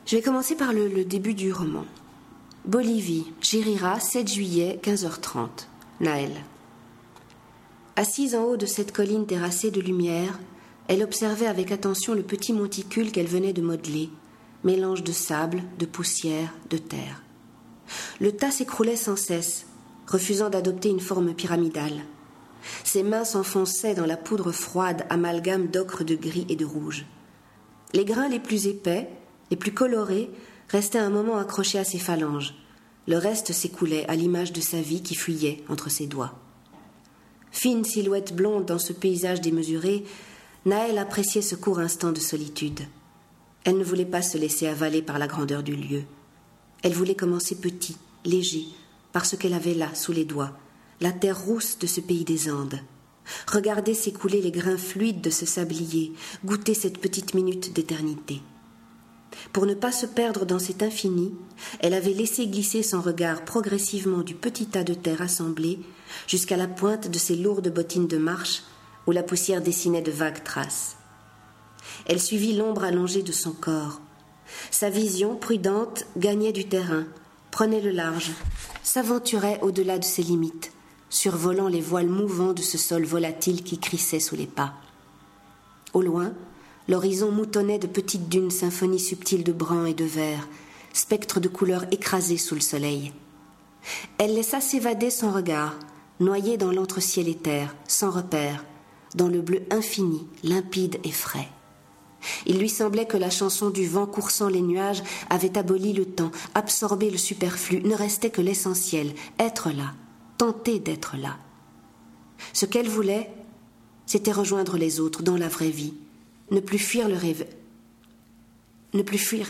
Je vais commencer par le début du roman. Bolivie, Jirira, 7 juillet, 15h30. Naël. Assise en haut de cette colline terrassée de lumière, elle observait avec attention le petit monticule qu'elle venait de modeler, mélange de sable, de poussière, de terre. Le tas s'écroulait sans cesse, refusant d'adopter une forme pyramidale. Ses mains s'enfonçaient dans la poudre froide, amalgame d'ocre, de gris et de rouge. Les grains les plus épais, les plus colorés, restaient un moment accrochés à ses phalanges. Le reste s'écoulait à l'image de sa vie qui fuyait entre ses doigts. Fine silhouette blonde dans ce paysage démesuré, Naël appréciait ce court instant de solitude. Elle ne voulait pas se laisser avaler par la grandeur du lieu. Elle voulait commencer petit, léger, parce qu'elle avait là, sous les doigts, la terre rousse de ce pays des Andes. Regarder s'écouler les grains fluides de ce sablier, goûter cette petite minute d'éternité. Pour ne pas se perdre dans cet infini, elle avait laissé glisser son regard progressivement du petit tas de terre assemblé jusqu'à la pointe de ses lourdes bottines de marche où la poussière dessinait de vagues traces. Elle suivit l'ombre allongée de son corps. Sa vision, prudente, gagnait du terrain, prenait le large, s'aventurait au-delà de ses limites, survolant les voiles mouvants de ce sol volatile qui crissait sous les pas. Au loin, l'horizon moutonnait de petites dunes symphonies subtiles de brun et de vert, spectres de couleurs écrasés sous le soleil. Elle laissa s'évader son regard, noyé dans l'entre-ciel et terre, sans repère, dans le bleu infini, limpide et frais. Il lui semblait que la chanson du vent coursant les nuages avait aboli le temps, absorbé le superflu, ne restait que l'essentiel, être là, tenter d'être là. Ce qu'elle voulait, c'était rejoindre les autres dans la vraie vie, ne plus fuir le rêve, ne plus fuir,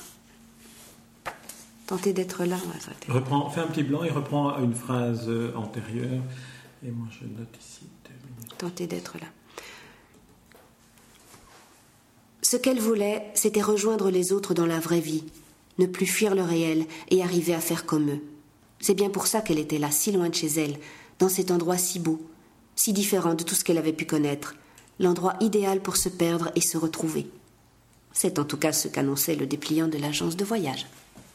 tenter d'être là. Fais un petit blanc et reprends une phrase antérieure, et moi je note ici 2 minutes. Tenter d'être là. Ce qu'elle voulait, c'était rejoindre les autres dans la vraie vie, ne plus fuir le réel et arriver à faire comme eux. C'est bien pour ça qu'elle était là, si loin de chez elle, dans cet endroit si beau, si différent de tout ce qu'elle avait pu connaître, l'endroit idéal pour se perdre et se retrouver. C'est en tout cas ce qu'annonçait le dépliant de l'agence de voyage.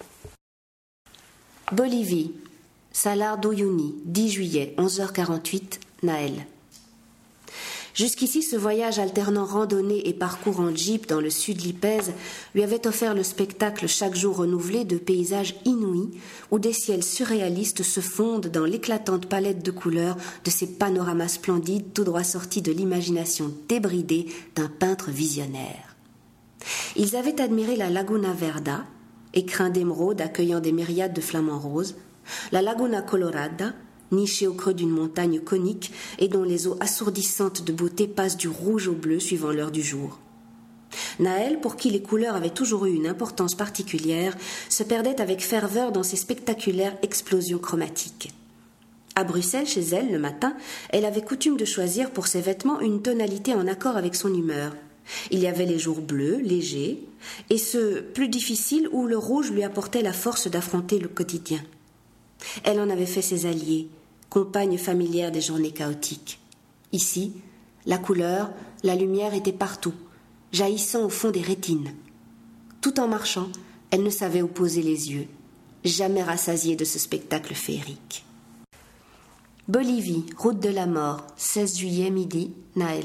Bolivie, Salar d'Uyuni, 10 juillet, 11h48, Naël. Jusqu'ici, ce voyage alternant randonnée et parcours en jeep dans le sud lipèze lui avait offert le spectacle chaque jour renouvelé de paysages inouïs où des ciels surréalistes se fondent dans l'éclatante palette de couleurs de ces panoramas splendides tout droit sortis de l'imagination débridée d'un peintre visionnaire. Ils avaient admiré la Laguna Verda, écrin d'émeraude accueillant des myriades de flamants roses, la Laguna Colorada, nichée au creux d'une montagne conique et dont les eaux assourdissantes de beauté passent du rouge au bleu suivant l'heure du jour. Naël, pour qui les couleurs avaient toujours eu une importance particulière, se perdait avec ferveur dans ces spectaculaires explosions chromatiques. À Bruxelles, chez elle, le matin, elle avait coutume de choisir pour ses vêtements une tonalité en accord avec son humeur. Il y avait les jours bleus, légers, et ceux plus difficiles où le rouge lui apportait la force d'affronter le quotidien. Elle en avait fait ses alliés, compagne familière des journées chaotiques. Ici, la couleur, la lumière étaient partout, jaillissant au fond des rétines. Tout en marchant, elle ne savait où poser les yeux, jamais rassasiée de ce spectacle féerique. Bolivie, route de la mort, 16 juillet midi, Naël.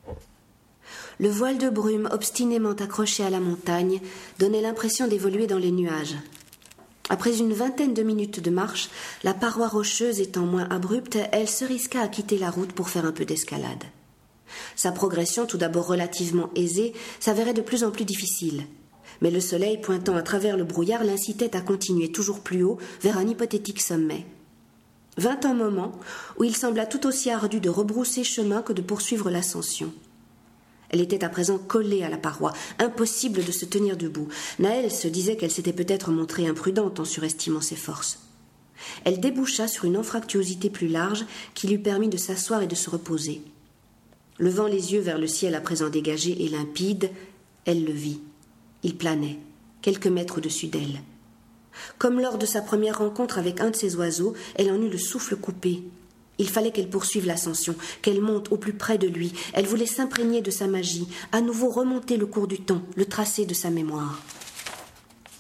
Le voile de brume obstinément accroché à la montagne donnait l'impression d'évoluer dans les nuages. Après une vingtaine de minutes de marche, la paroi rocheuse étant moins abrupte, elle se risqua à quitter la route pour faire un peu d'escalade. Sa progression, tout d'abord relativement aisée, s'avérait de plus en plus difficile. Mais le soleil, pointant à travers le brouillard, l'incitait à continuer toujours plus haut vers un hypothétique sommet. Vint un moment où il sembla tout aussi ardu de rebrousser chemin que de poursuivre l'ascension. Elle était à présent collée à la paroi, impossible de se tenir debout. Naël se disait qu'elle s'était peut-être montrée imprudente en surestimant ses forces. Elle déboucha sur une anfractuosité plus large qui lui permit de s'asseoir et de se reposer. Levant les yeux vers le ciel à présent dégagé et limpide, elle le vit. Il planait, quelques mètres au-dessus d'elle. Comme lors de sa première rencontre avec un de ces oiseaux, elle en eut le souffle coupé. Il fallait qu'elle poursuive l'ascension, qu'elle monte au plus près de lui. Elle voulait s'imprégner de sa magie, à nouveau remonter le cours du temps, le tracé de sa mémoire.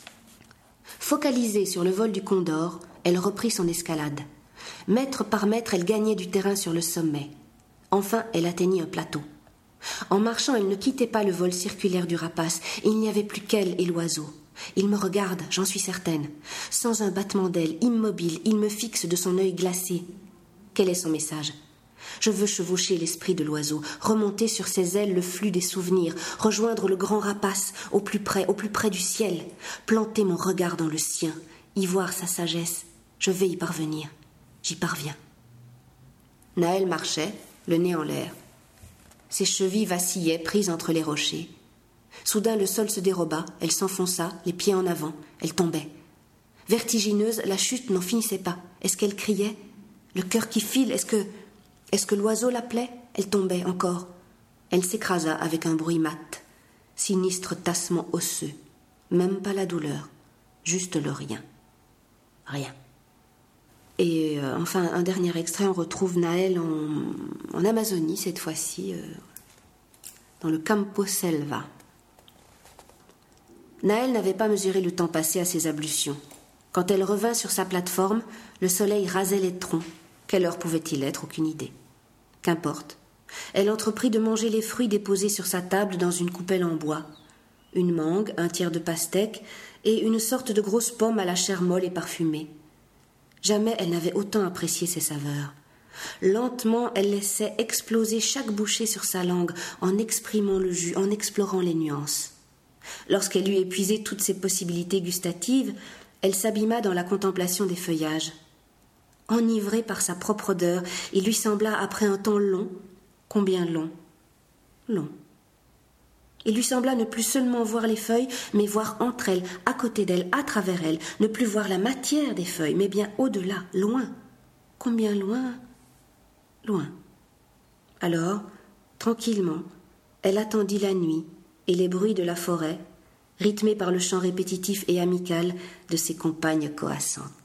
Focalisée sur le vol du condor, elle reprit son escalade. Mètre par mètre, elle gagnait du terrain sur le sommet. Enfin, elle atteignit un plateau. En marchant, elle ne quittait pas le vol circulaire du rapace. Il n'y avait plus qu'elle et l'oiseau. Il me regarde, j'en suis certaine. Sans un battement d'aile, immobile, il me fixe de son œil glacé. Quel est son message ? Je veux chevaucher l'esprit de l'oiseau, remonter sur ses ailes le flux des souvenirs, rejoindre le grand rapace, au plus près du ciel, planter mon regard dans le sien, y voir sa sagesse. Je vais y parvenir. J'y parviens. Naël marchait, le nez en l'air. Ses chevilles vacillaient, prises entre les rochers. Soudain, le sol se déroba, elle s'enfonça, les pieds en avant, elle tombait. Vertigineuse, la chute n'en finissait pas. Est-ce qu'elle criait ? Le cœur qui file, est-ce que l'oiseau l'appelait ? Elle tombait encore. Elle s'écrasa avec un bruit mat. Sinistre tassement osseux. Même pas la douleur, juste le rien. Rien. Et enfin, un dernier extrait, on retrouve Naël en Amazonie, cette fois-ci, dans le Campo Selva. Naël n'avait pas mesuré le temps passé à ses ablutions. Quand elle revint sur sa plateforme, le soleil rasait les troncs. Quelle heure pouvait-il être ? Aucune idée. Qu'importe. Elle entreprit de manger les fruits déposés sur sa table dans une coupelle en bois. Une mangue, un tiers de pastèque et une sorte de grosse pomme à la chair molle et parfumée. Jamais elle n'avait autant apprécié ses saveurs. Lentement, elle laissait exploser chaque bouchée sur sa langue, en exprimant le jus, en explorant les nuances. Lorsqu'elle eut épuisé toutes ses possibilités gustatives, elle s'abîma dans la contemplation des feuillages. Enivrée par sa propre odeur, il lui sembla, après un temps long, combien long ? Long. Il lui sembla ne plus seulement voir les feuilles, mais voir entre elles, à côté d'elles, à travers elles, ne plus voir la matière des feuilles, mais bien au-delà, loin. Combien loin ? Loin. Alors, tranquillement, elle attendit la nuit et les bruits de la forêt, rythmés par le chant répétitif et amical de ses compagnes coassantes.